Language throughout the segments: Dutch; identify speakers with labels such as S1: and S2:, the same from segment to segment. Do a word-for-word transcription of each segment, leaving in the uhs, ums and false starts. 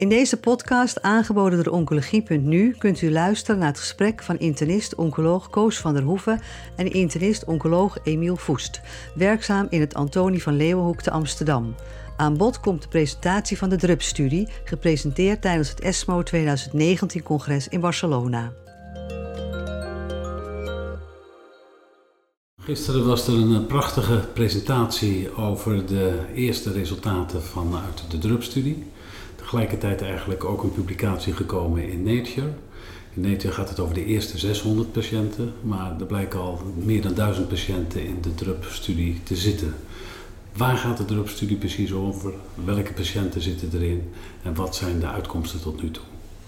S1: In deze podcast, aangeboden door Oncologie punt n u, kunt u luisteren naar het gesprek van internist-oncoloog Koos van der Hoeven en internist-oncoloog Emiel Voest, werkzaam in het Antonie van Leeuwenhoek te Amsterdam. Aan bod komt de presentatie van de D R U P-studie, gepresenteerd tijdens het ESMO twintig negentien-congres in Barcelona.
S2: Gisteren was er een prachtige presentatie over de eerste resultaten vanuit de D R U P-studie. Tegelijkertijd eigenlijk ook een publicatie gekomen in Nature. In Nature gaat het over de eerste zeshonderd patiënten, maar er blijken al meer dan duizend patiënten in de D R U P-studie te zitten. Waar gaat de D R U P-studie precies over? Welke patiënten zitten erin? En wat zijn de uitkomsten tot nu toe?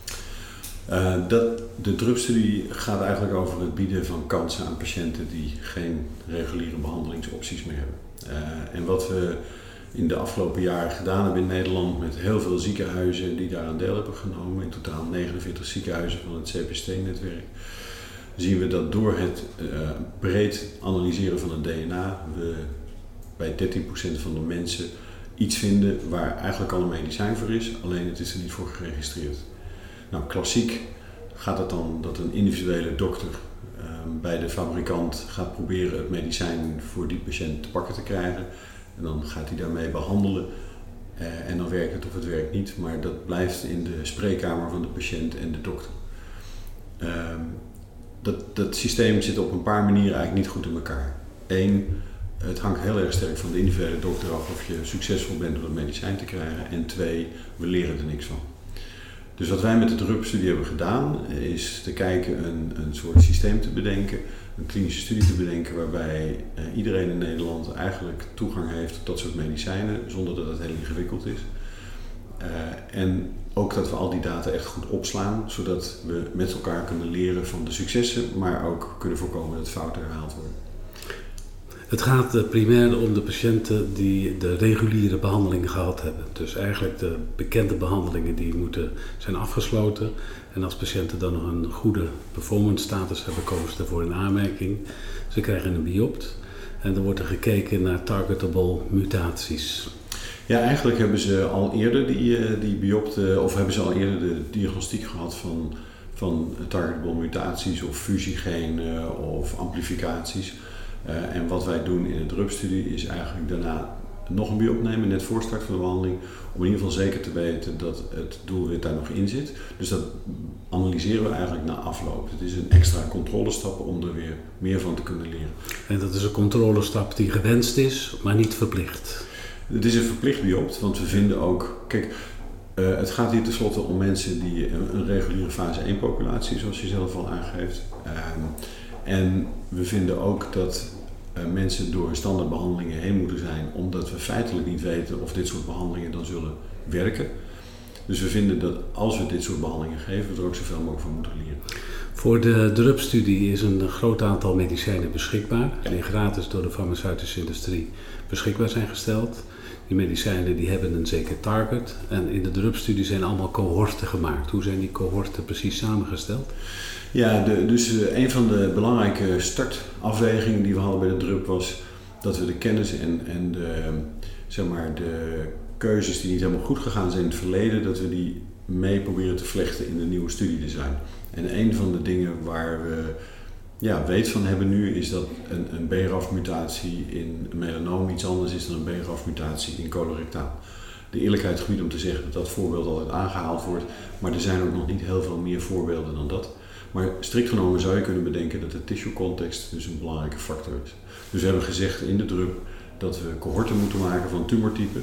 S3: Uh, dat, de D R U P-studie gaat eigenlijk over het bieden van kansen aan patiënten die geen reguliere behandelingsopties meer hebben. Uh, en wat we in de afgelopen jaren gedaan hebben in Nederland met heel veel ziekenhuizen die daaraan deel hebben genomen, in totaal negenenveertig ziekenhuizen van het C P S T-netwerk, zien we dat door het uh, breed analyseren van het D N A we bij dertien procent van de mensen iets vinden waar eigenlijk al een medicijn voor is, alleen het is er niet voor geregistreerd. Nou, klassiek gaat het dan dat een individuele dokter uh, bij de fabrikant gaat proberen het medicijn voor die patiënt te pakken te krijgen. En dan gaat hij daarmee behandelen uh, en dan werkt het of het werkt niet, maar dat blijft in de spreekkamer van de patiënt en de dokter. Uh, dat, dat systeem zit op een paar manieren eigenlijk niet goed in elkaar. Eén, het hangt heel erg sterk van de individuele dokter af of je succesvol bent door het medicijn te krijgen. En twee, we leren er niks van. Dus wat wij met de D R U P-studie hebben gedaan, is te kijken een, een soort systeem te bedenken, een klinische studie te bedenken waarbij uh, iedereen in Nederland eigenlijk toegang heeft tot dat soort medicijnen zonder dat het heel ingewikkeld is. Uh, en ook dat we al die data echt goed opslaan, zodat we met elkaar kunnen leren van de successen, maar ook kunnen voorkomen dat fouten herhaald worden.
S2: Het gaat primair om de patiënten die de reguliere behandeling gehad hebben. Dus eigenlijk de bekende behandelingen die moeten zijn afgesloten. En als patiënten dan nog een goede performance status hebben, komen ze ervoor in aanmerking. Ze krijgen een biopt en dan wordt er gekeken naar targetable mutaties.
S3: Ja, eigenlijk hebben ze al eerder die, die biopte, of hebben ze al eerder de diagnostiek gehad van, van targetable mutaties of fusiegenen of amplificaties. Uh, en wat wij doen in de D R U P-studie is eigenlijk daarna nog een biop nemen, net voor start van de behandeling, om in ieder geval zeker te weten dat het doelwit daar nog in zit. Dus dat analyseren we eigenlijk na afloop. Het is een extra controlestap om er weer meer van te kunnen leren.
S2: En dat is een controlestap die gewenst is, maar niet verplicht?
S3: Het is een verplicht biopt, want we vinden ook, kijk, uh, het gaat hier tenslotte om mensen die een, een reguliere fase één populatie, zoals je zelf al aangeeft. Uh, En we vinden ook dat uh, mensen door standaardbehandelingen heen moeten zijn, omdat we feitelijk niet weten of dit soort behandelingen dan zullen werken. Dus we vinden dat als we dit soort behandelingen geven, we er ook zoveel mogelijk van moeten leren.
S2: Voor de D R U P-studie is een groot aantal medicijnen beschikbaar, die gratis door de farmaceutische industrie beschikbaar zijn gesteld. Die medicijnen die hebben een zeker target en in de D R U P-studie zijn allemaal cohorten gemaakt. Hoe zijn die cohorten precies samengesteld?
S3: Ja, de, dus uh, een van de belangrijke startafwegingen die we hadden bij de D R U P was dat we de kennis en, en de, zeg maar, de keuzes die niet helemaal goed gegaan zijn in het verleden, dat we die mee proberen te vlechten in de nieuwe studiedesign. En een van de dingen waar we ja, weet van hebben nu is dat een, een B R A F-mutatie in melanoom iets anders is dan een B R A F-mutatie in colorectaal. De eerlijkheid gebiedt om te zeggen dat dat voorbeeld altijd aangehaald wordt, maar er zijn ook nog niet heel veel meer voorbeelden dan dat. Maar strikt genomen zou je kunnen bedenken dat de tissue context dus een belangrijke factor is. Dus we hebben gezegd in de D R U P dat we cohorten moeten maken van tumortypen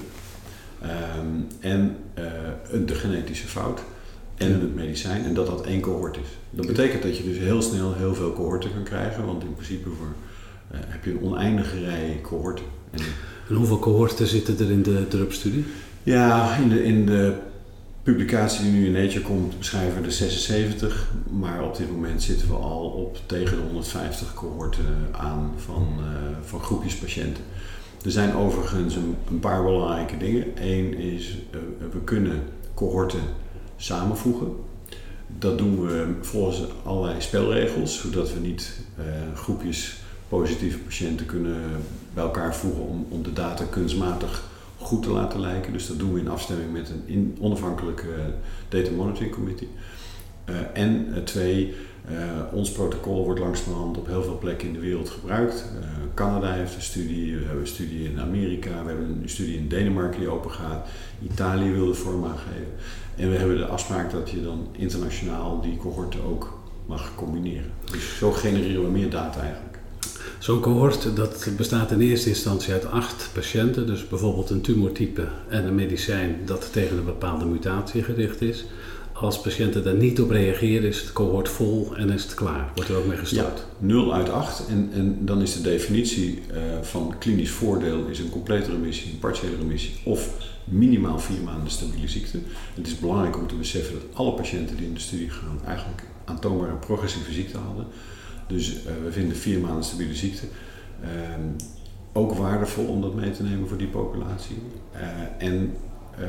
S3: um, en uh, de genetische fout en het medicijn en dat dat één cohort is. Dat betekent dat je dus heel snel heel veel cohorten kan krijgen, want in principe voor, uh, heb je een oneindige rij cohorten. En,
S2: en hoeveel cohorten zitten er in de D R U P-studie?
S3: Ja, in de, in de publicatie die nu in Nature komt beschrijven we de zesenzeventig, maar op dit moment zitten we al op tegen de honderdvijftig cohorten aan van, uh, van groepjes patiënten. Er zijn overigens een, een paar belangrijke dingen. Eén is, uh, we kunnen cohorten samenvoegen. Dat doen we volgens allerlei spelregels, zodat we niet uh, groepjes positieve patiënten kunnen bij elkaar voegen om, om de data kunstmatig goed te laten lijken. Dus dat doen we in afstemming met een in onafhankelijke data monitoring committee. Uh, en uh, twee, uh, ons protocol wordt langzamerhand op heel veel plekken in de wereld gebruikt. Uh, Canada heeft een studie, we hebben een studie in Amerika, we hebben een studie in Denemarken die open gaat. Italië wil er vorm aan geven. En we hebben de afspraak dat je dan internationaal die cohorten ook mag combineren. Dus zo genereren we meer data eigenlijk.
S2: Zo'n cohort dat bestaat in eerste instantie uit acht patiënten, dus bijvoorbeeld een tumortype en een medicijn dat tegen een bepaalde mutatie gericht is. Als patiënten daar niet op reageren is het cohort vol en is het klaar, wordt er ook mee gestart.
S3: Ja, nul uit acht en, en dan is de definitie uh, van klinisch voordeel is een complete remissie, een partiële remissie of minimaal vier maanden stabiele ziekte. Het is belangrijk om te beseffen dat alle patiënten die in de studie gaan eigenlijk aantoonbare progressieve ziekte hadden. Dus uh, we vinden vier maanden stabiele ziekte uh, ook waardevol om dat mee te nemen voor die populatie. Uh, en uh,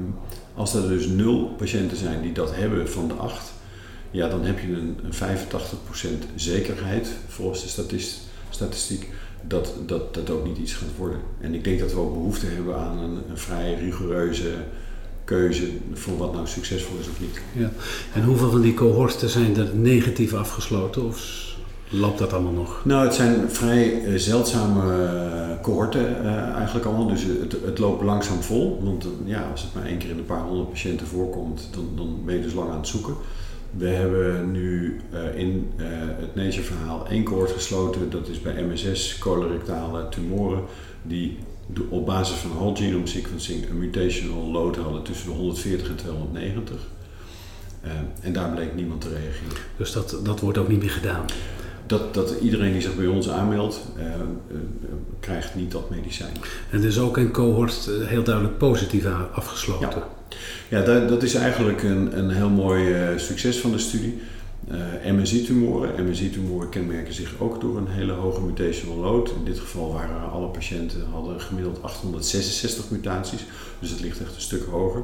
S3: als er dus nul patiënten zijn die dat hebben van de acht, ja, dan heb je een, een vijfentachtig procent zekerheid volgens de statist, statistiek dat, dat dat ook niet iets gaat worden. En ik denk dat we ook behoefte hebben aan een, een vrij rigoureuze keuze voor wat nou succesvol is of niet. Ja.
S2: En hoeveel van die cohorten zijn er negatief afgesloten of loopt dat allemaal nog?
S3: Nou, het zijn vrij uh, zeldzame uh, cohorten uh, eigenlijk allemaal, dus het, het loopt langzaam vol. Want uh, ja, als het maar één keer in een paar honderd patiënten voorkomt, dan, dan ben je dus lang aan het zoeken. We hebben nu uh, in uh, het Nature-verhaal één cohort gesloten, dat is bij M S S, colorectale tumoren, die op basis van whole genome sequencing een mutational load hadden tussen de honderdveertig en tweehonderdnegentig. Uh, en daar bleek niemand te reageren.
S2: Dus dat, dat wordt ook niet meer gedaan?
S3: Dat, dat iedereen die zich bij ons aanmeldt, uh, uh, krijgt niet dat medicijn.
S2: En er is ook een cohort uh, heel duidelijk positief afgesloten.
S3: Ja, ja dat, dat is eigenlijk een, een heel mooi uh, succes van de studie. Uh, M S I-tumoren. M S I-tumoren kenmerken zich ook door een hele hoge mutational load. In dit geval waren alle patiënten hadden gemiddeld achthonderdzesenzestig mutaties, dus het ligt echt een stuk hoger.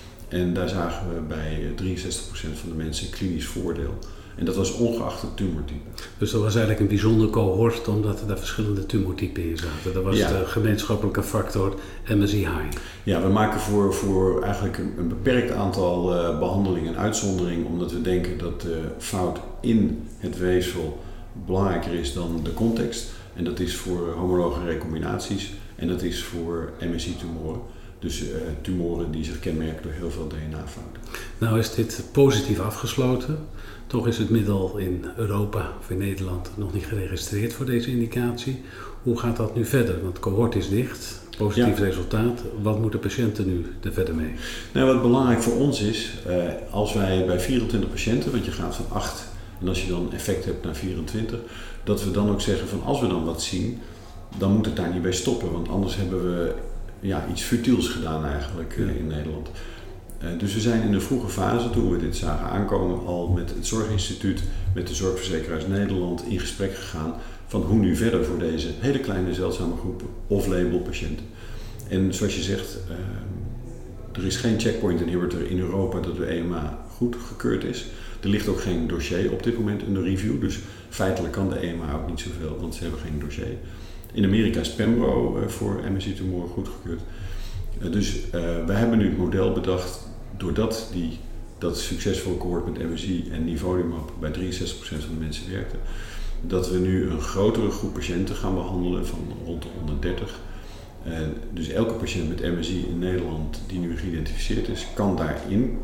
S3: En daar zagen we bij drieënzestig procent van de mensen klinisch voordeel. En dat was ongeacht het tumortype.
S2: Dus dat was eigenlijk een bijzonder cohort omdat er daar verschillende tumortypen in zaten. Dat was ja. de gemeenschappelijke factor M S I high.
S3: Ja, we maken voor, voor eigenlijk een, een beperkt aantal uh, behandelingen een uitzondering, omdat we denken dat de fout in het weefsel belangrijker is dan de context. En dat is voor homologe recombinaties en dat is voor M S I-tumoren. Dus uh, tumoren die zich kenmerken door heel veel D N A-fouten.
S2: Nou is dit positief afgesloten. Toch is het middel in Europa of in Nederland nog niet geregistreerd voor deze indicatie. Hoe gaat dat nu verder? Want het cohort is dicht, positief ja. resultaat. Wat moeten patiënten nu er verder mee?
S3: Nou, wat belangrijk voor ons is, uh, als wij bij vierentwintig patiënten, want je gaat van acht en als je dan effect hebt naar vierentwintig, dat we dan ook zeggen van als we dan wat zien, dan moet het daar niet bij stoppen. Want anders hebben we ja, iets futiels gedaan eigenlijk uh, in Nederland. Uh, dus we zijn in de vroege fase, toen we dit zagen aankomen, al met het Zorginstituut, met de Zorgverzekeraars Nederland in gesprek gegaan van hoe nu verder voor deze hele kleine zeldzame groepen off-label patiënten. En zoals je zegt, uh, er is geen checkpoint inhibitor in Europa dat door E M A goedgekeurd is. Er ligt ook geen dossier op dit moment in de review, dus feitelijk kan de E M A ook niet zoveel, want ze hebben geen dossier. In Amerika is Pembro uh, voor M S I-tumoren goedgekeurd. Uh, dus uh, we hebben nu het model bedacht, doordat die, dat succesvolle cohort met M S I en nivolumab bij drieënzestig procent van de mensen werkte, dat we nu een grotere groep patiënten gaan behandelen van rond de honderddertig. Uh, dus elke patiënt met M S I in Nederland die nu geïdentificeerd is, kan daarin,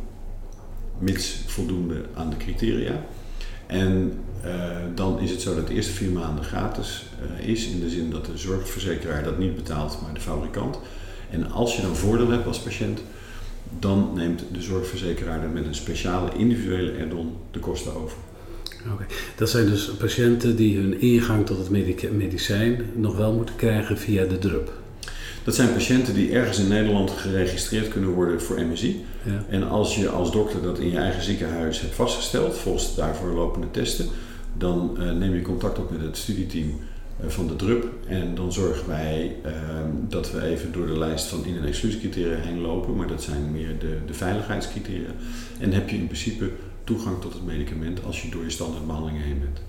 S3: mits voldoende aan de criteria. En uh, dan is het zo dat de eerste vier maanden gratis uh, is, in de zin dat de zorgverzekeraar dat niet betaalt, maar de fabrikant. En als je dan voordeel hebt als patiënt, dan neemt de zorgverzekeraar er met een speciale individuele add-on de kosten over.
S2: Oké, okay. Dat zijn dus patiënten die hun ingang tot het medic- medicijn nog wel moeten krijgen via de drup.
S3: Dat zijn patiënten die ergens in Nederland geregistreerd kunnen worden voor M S I. Ja. En als je als dokter dat in je eigen ziekenhuis hebt vastgesteld, volgens daarvoor lopende testen, dan uh, neem je contact op met het studieteam uh, van de drup. En dan zorgen wij uh, dat we even door de lijst van in- en exclusiecriteria heen lopen, maar dat zijn meer de, de veiligheidscriteria. En heb je in principe toegang tot het medicament als je door je standaardbehandelingen heen bent.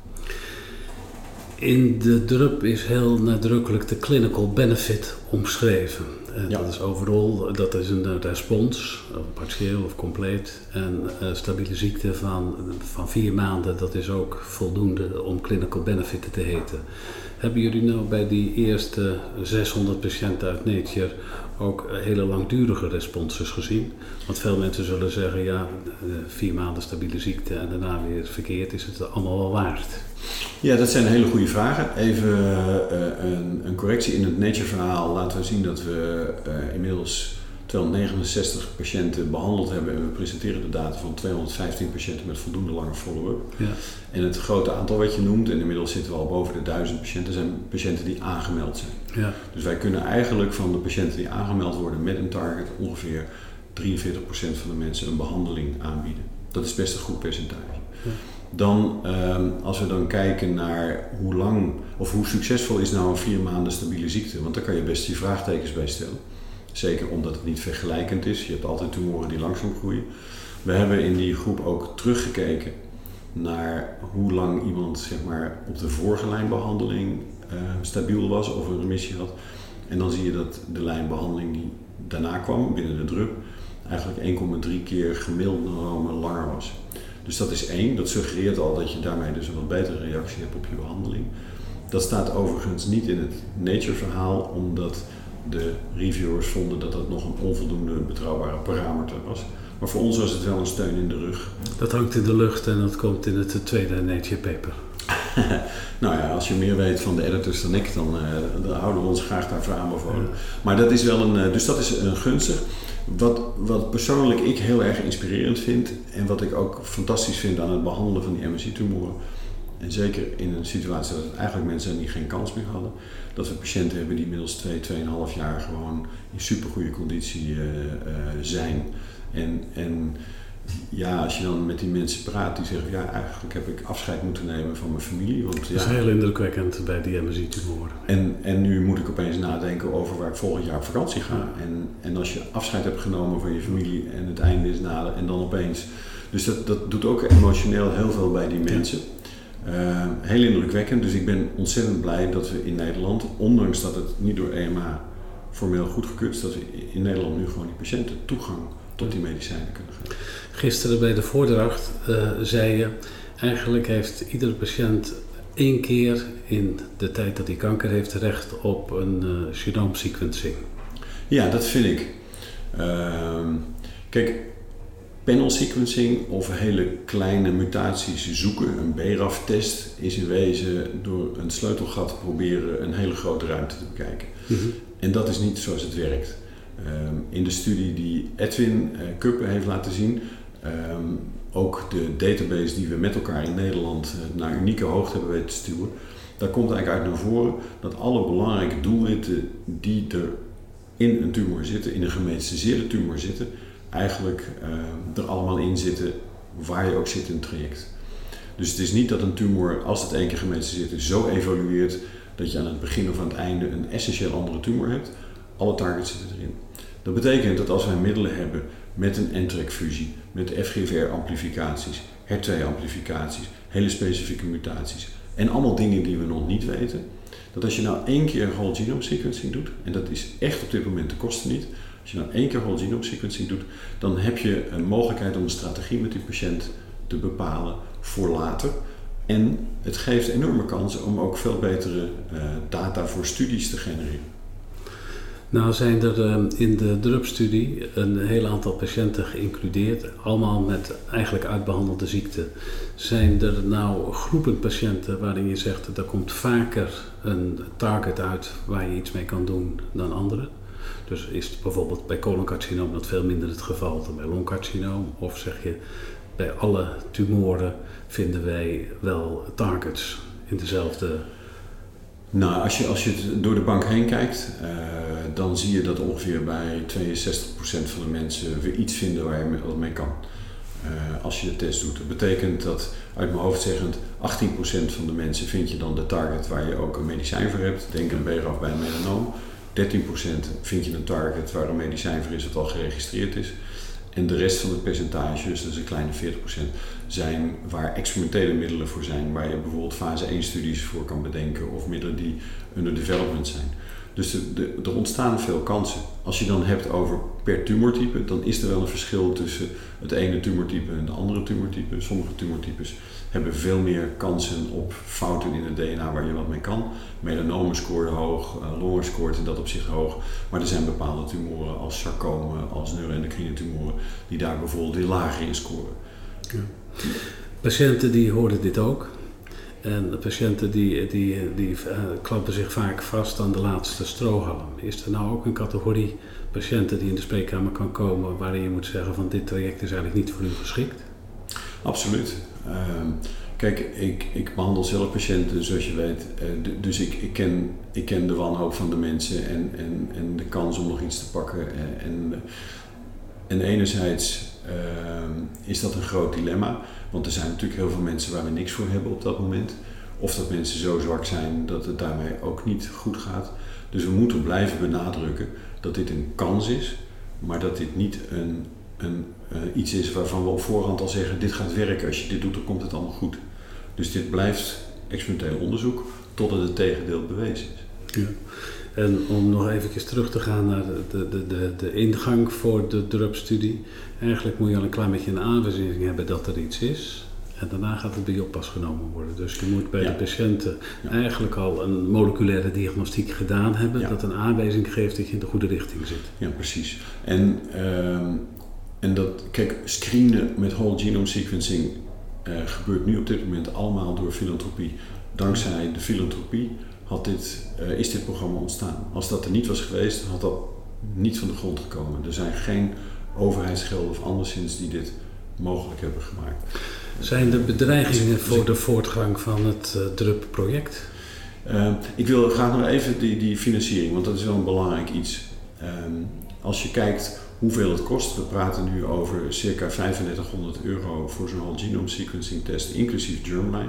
S2: In de drup is heel nadrukkelijk de clinical benefit omschreven. En
S3: Ja.
S2: dat is overal, dat is een respons, partieel of compleet. En uh, stabiele ziekte van, van vier maanden, dat is ook voldoende om clinical benefit te heten. Hebben jullie nou bij die eerste zeshonderd patiënten uit Nature ook hele langdurige responses gezien? Want veel mensen zullen zeggen, ja, vier maanden stabiele ziekte en daarna weer verkeerd, is het allemaal wel waard?
S3: Ja, dat zijn hele goede vragen. Even uh, een, een correctie in het Nature-verhaal. Laten we zien dat we uh, inmiddels tweehonderdnegenenzestig patiënten behandeld hebben en we presenteren de data van tweehonderdvijftien patiënten met voldoende lange follow-up. Ja. En het grote aantal wat je noemt, en inmiddels zitten we al boven de duizend patiënten, zijn patiënten die aangemeld zijn. Ja. Dus wij kunnen eigenlijk van de patiënten die aangemeld worden met een target ongeveer drieënveertig procent van de mensen een behandeling aanbieden. Dat is best een goed percentage. Ja. Dan, um, als we dan kijken naar hoe lang of hoe succesvol is nou een vier maanden stabiele ziekte, want daar kan je best je vraagtekens bij stellen. Zeker omdat het niet vergelijkend is. Je hebt altijd tumoren die langzaam groeien. We hebben in die groep ook teruggekeken naar hoe lang iemand zeg maar, op de vorige lijnbehandeling uh, stabiel was of een remissie had. En dan zie je dat de lijnbehandeling die daarna kwam, binnen de drup, eigenlijk één komma drie keer gemiddeld genomen langer was. Dus dat is één. Dat suggereert al dat je daarmee dus een wat betere reactie hebt op je behandeling. Dat staat overigens niet in het Nature-verhaal, omdat de reviewers vonden dat dat nog een onvoldoende betrouwbare parameter was. Maar voor ons was het wel een steun in de rug.
S2: Dat hangt in de lucht en dat komt in het tweede Nature paper.
S3: Nou ja, als je meer weet van de editors dan ik, dan, uh, dan houden we ons graag daar aanbevolen. Ja. Maar dat is wel een, uh, dus dat is uh, gunstig. Wat, wat persoonlijk ik heel erg inspirerend vind en wat ik ook fantastisch vind aan het behandelen van die M S I-tumoren, en zeker in een situatie dat het eigenlijk mensen zijn die geen kans meer hadden, dat we patiënten hebben die inmiddels twee, tweeënhalf jaar gewoon in supergoeie conditie uh, uh, zijn. En, en ja, als je dan met die mensen praat, die zeggen, ja, eigenlijk heb ik afscheid moeten nemen van mijn familie. Want,
S2: dat
S3: ja,
S2: is heel indrukwekkend bij die M S I-tumoren.
S3: En, en nu moet ik opeens nadenken over waar ik volgend jaar op vakantie ga. Ja. En, en als je afscheid hebt genomen van je familie en het einde is nader en dan opeens. Dus dat, dat doet ook emotioneel heel veel bij die mensen. Ja. Uh, heel indrukwekkend, dus ik ben ontzettend blij dat we in Nederland, ondanks dat het niet door E M A formeel goedgekeurd is, dat we in Nederland nu gewoon die patiënten toegang tot die medicijnen kunnen geven.
S2: Gisteren bij de voordracht uh, zei je, eigenlijk heeft iedere patiënt één keer in de tijd dat hij kanker heeft recht op een uh, genoomsequencing.
S3: Ja, dat vind ik. Uh, kijk, panel sequencing of hele kleine mutaties zoeken, een B R A F-test, is in wezen door een sleutelgat proberen een hele grote ruimte te bekijken. Mm-hmm. En dat is niet zoals het werkt. Um, in de studie die Edwin uh, Kuppen heeft laten zien, um, ook de database die we met elkaar in Nederland uh, naar unieke hoogte hebben weten te stuwen, daar komt eigenlijk uit naar voren dat alle belangrijke doelwitten die er in een tumor zitten, in een gemetastaseerde tumor zitten, eigenlijk uh, er allemaal in zitten waar je ook zit in het traject. Dus het is niet dat een tumor, als het één keer gemetastaseerd is, zo evolueert dat je aan het begin of aan het einde een essentieel andere tumor hebt. Alle targets zitten erin. Dat betekent dat als wij middelen hebben met een N T R E C-fusie, met F G F R-amplificaties, H E R twee amplificaties, hele specifieke mutaties en allemaal dingen die we nog niet weten, dat als je nou één keer whole genome sequencing doet, en dat is echt op dit moment de kosten niet, als je nou één keer whole genome sequencing doet, dan heb je een mogelijkheid om een strategie met die patiënt te bepalen voor later. En het geeft enorme kansen om ook veel betere uh, data voor studies te genereren.
S2: Nou zijn er uh, in de D R U P-studie een heel aantal patiënten geïncludeerd, allemaal met eigenlijk uitbehandelde ziekte. Zijn er nou groepen patiënten waarin je zegt dat er komt vaker een target uit waar je iets mee kan doen dan anderen? Dus is het bijvoorbeeld bij coloncarcinoom dat veel minder het geval dan bij longcarcinoom? Of zeg je, bij alle tumoren vinden wij wel targets in dezelfde...
S3: Nou, als je, als je het door de bank heen kijkt, uh, dan zie je dat ongeveer bij tweeënzestig procent van de mensen weer iets vinden waar je wat mee kan. Uh, als je de test doet. Dat betekent dat, uit mijn hoofd zeggend, achttien procent van de mensen vind je dan de target waar je ook een medicijn voor hebt. Denk een B R A F bij een melanoom. dertien procent vind je een target waar een medicijn voor is wat al geregistreerd is. En de rest van het percentage, dus dat is een kleine veertig procent, zijn waar experimentele middelen voor zijn, waar je bijvoorbeeld fase één studies voor kan bedenken of middelen die under development zijn. Dus de, de, er ontstaan veel kansen. als je dan hebt over per tumortype, dan is er wel een verschil tussen het ene tumortype en de andere tumortype. Sommige tumortypes hebben veel meer kansen op fouten in het D N A waar je wat mee kan. Melanomen scoren hoog, uh, longen scoort in dat opzicht hoog. Maar er zijn bepaalde tumoren als sarcomen, als neuroendocrine tumoren, die daar bijvoorbeeld weer lager in scoren.
S2: Ja. Patiënten die hoorden dit ook. En de patiënten die, die, die uh, klampen zich vaak vast aan de laatste strohalm. Is er nou ook een categorie patiënten die in de spreekkamer kan komen waarin je moet zeggen van dit traject is eigenlijk niet voor u geschikt?
S3: Absoluut. Uh, kijk, ik, ik behandel zelf patiënten zoals je weet, uh, d- dus ik, ik, ken, ik ken de wanhoop van de mensen en, en, en de kans om nog iets te pakken. En, en, en enerzijds uh, is dat een groot dilemma, want er zijn natuurlijk heel veel mensen waar we niks voor hebben op dat moment. Of dat mensen zo zwak zijn dat het daarmee ook niet goed gaat. Dus we moeten blijven benadrukken dat dit een kans is, maar dat dit niet een, een, uh, iets is waarvan we op voorhand al zeggen dit gaat werken. Als je dit doet, dan komt het allemaal goed. Dus dit blijft experimenteel onderzoek totdat het tegendeel bewezen is.
S2: Ja. En om nog even terug te gaan naar de, de, de, de ingang voor de D R U P-studie. Eigenlijk moet je al een klein beetje een aanwijzing hebben dat er iets is. En daarna gaat het bij je op pas genomen worden. Dus je moet bij ja. de patiënten ja. eigenlijk al een moleculaire diagnostiek gedaan hebben. Ja. Dat een aanwijzing geeft dat je in de goede richting zit.
S3: Ja, precies. En, uh, en dat, kijk, screenen met whole genome sequencing uh, gebeurt nu op dit moment allemaal door filantropie. Dankzij de filantropie had dit, uh, is dit programma ontstaan. Als dat er niet was geweest, had dat niet van de grond gekomen. Er zijn geen overheidsgelden of anderszins die dit mogelijk hebben gemaakt.
S2: Zijn er bedreigingen voor de voortgang van het uh, D R U P-project?
S3: Uh, ik wil graag nog even die, die financiering, want dat is wel een belangrijk iets. Um, als je kijkt hoeveel het kost, we praten nu over circa vijfendertighonderd euro voor zo'n whole genome sequencing test, inclusief germline.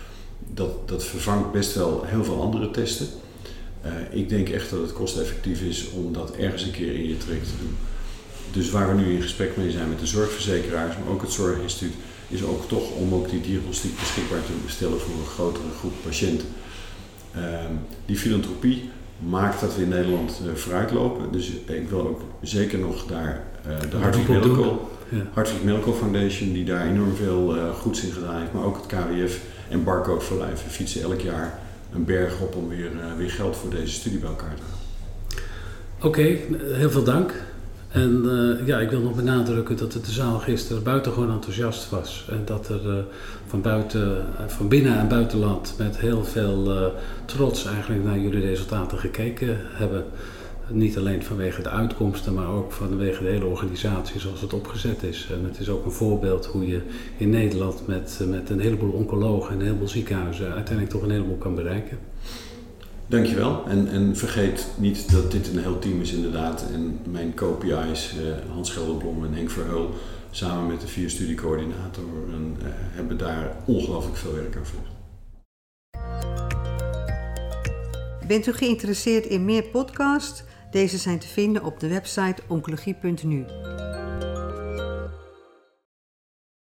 S3: Dat, dat vervangt best wel heel veel andere testen. Uh, ik denk echt dat het kosteffectief is om dat ergens een keer in je traject te doen. Dus waar we nu in gesprek mee zijn met de zorgverzekeraars, maar ook het Zorginstituut, is ook toch om ook die diagnostiek beschikbaar te stellen voor een grotere groep patiënten. Uh, die filantropie maakt dat we in Nederland uh, vooruitlopen. Dus ik wil ook zeker nog daar uh, de Hartwig Medical, ja. Hartwig Medical Foundation, die daar enorm veel uh, goeds in gedaan heeft, maar ook het K W F en Barcode for Life. We fietsen elk jaar een berg op om weer, uh, weer geld voor deze studie bij elkaar te halen.
S2: Oké, okay, heel veel dank. En uh, ja, ik wil nog benadrukken dat het de zaal gisteren buitengewoon enthousiast was. En dat er uh, van, buiten, van binnen- en buitenland met heel veel uh, trots eigenlijk naar jullie resultaten gekeken hebben. Niet alleen vanwege de uitkomsten, maar ook vanwege de hele organisatie zoals het opgezet is. En het is ook een voorbeeld hoe je in Nederland met, met een heleboel oncologen en een heleboel ziekenhuizen uiteindelijk toch een heleboel kan bereiken.
S3: Dankjewel. En, en vergeet niet dat dit een heel team is inderdaad. En mijn co-P I's, uh, Hans Gelderblom en Henk Verheul, samen met de vier studiecoördinatoren, uh, hebben daar ongelooflijk veel werk aan verricht.
S1: Bent u geïnteresseerd in meer podcasts? Deze zijn te vinden op de website oncologie punt n u.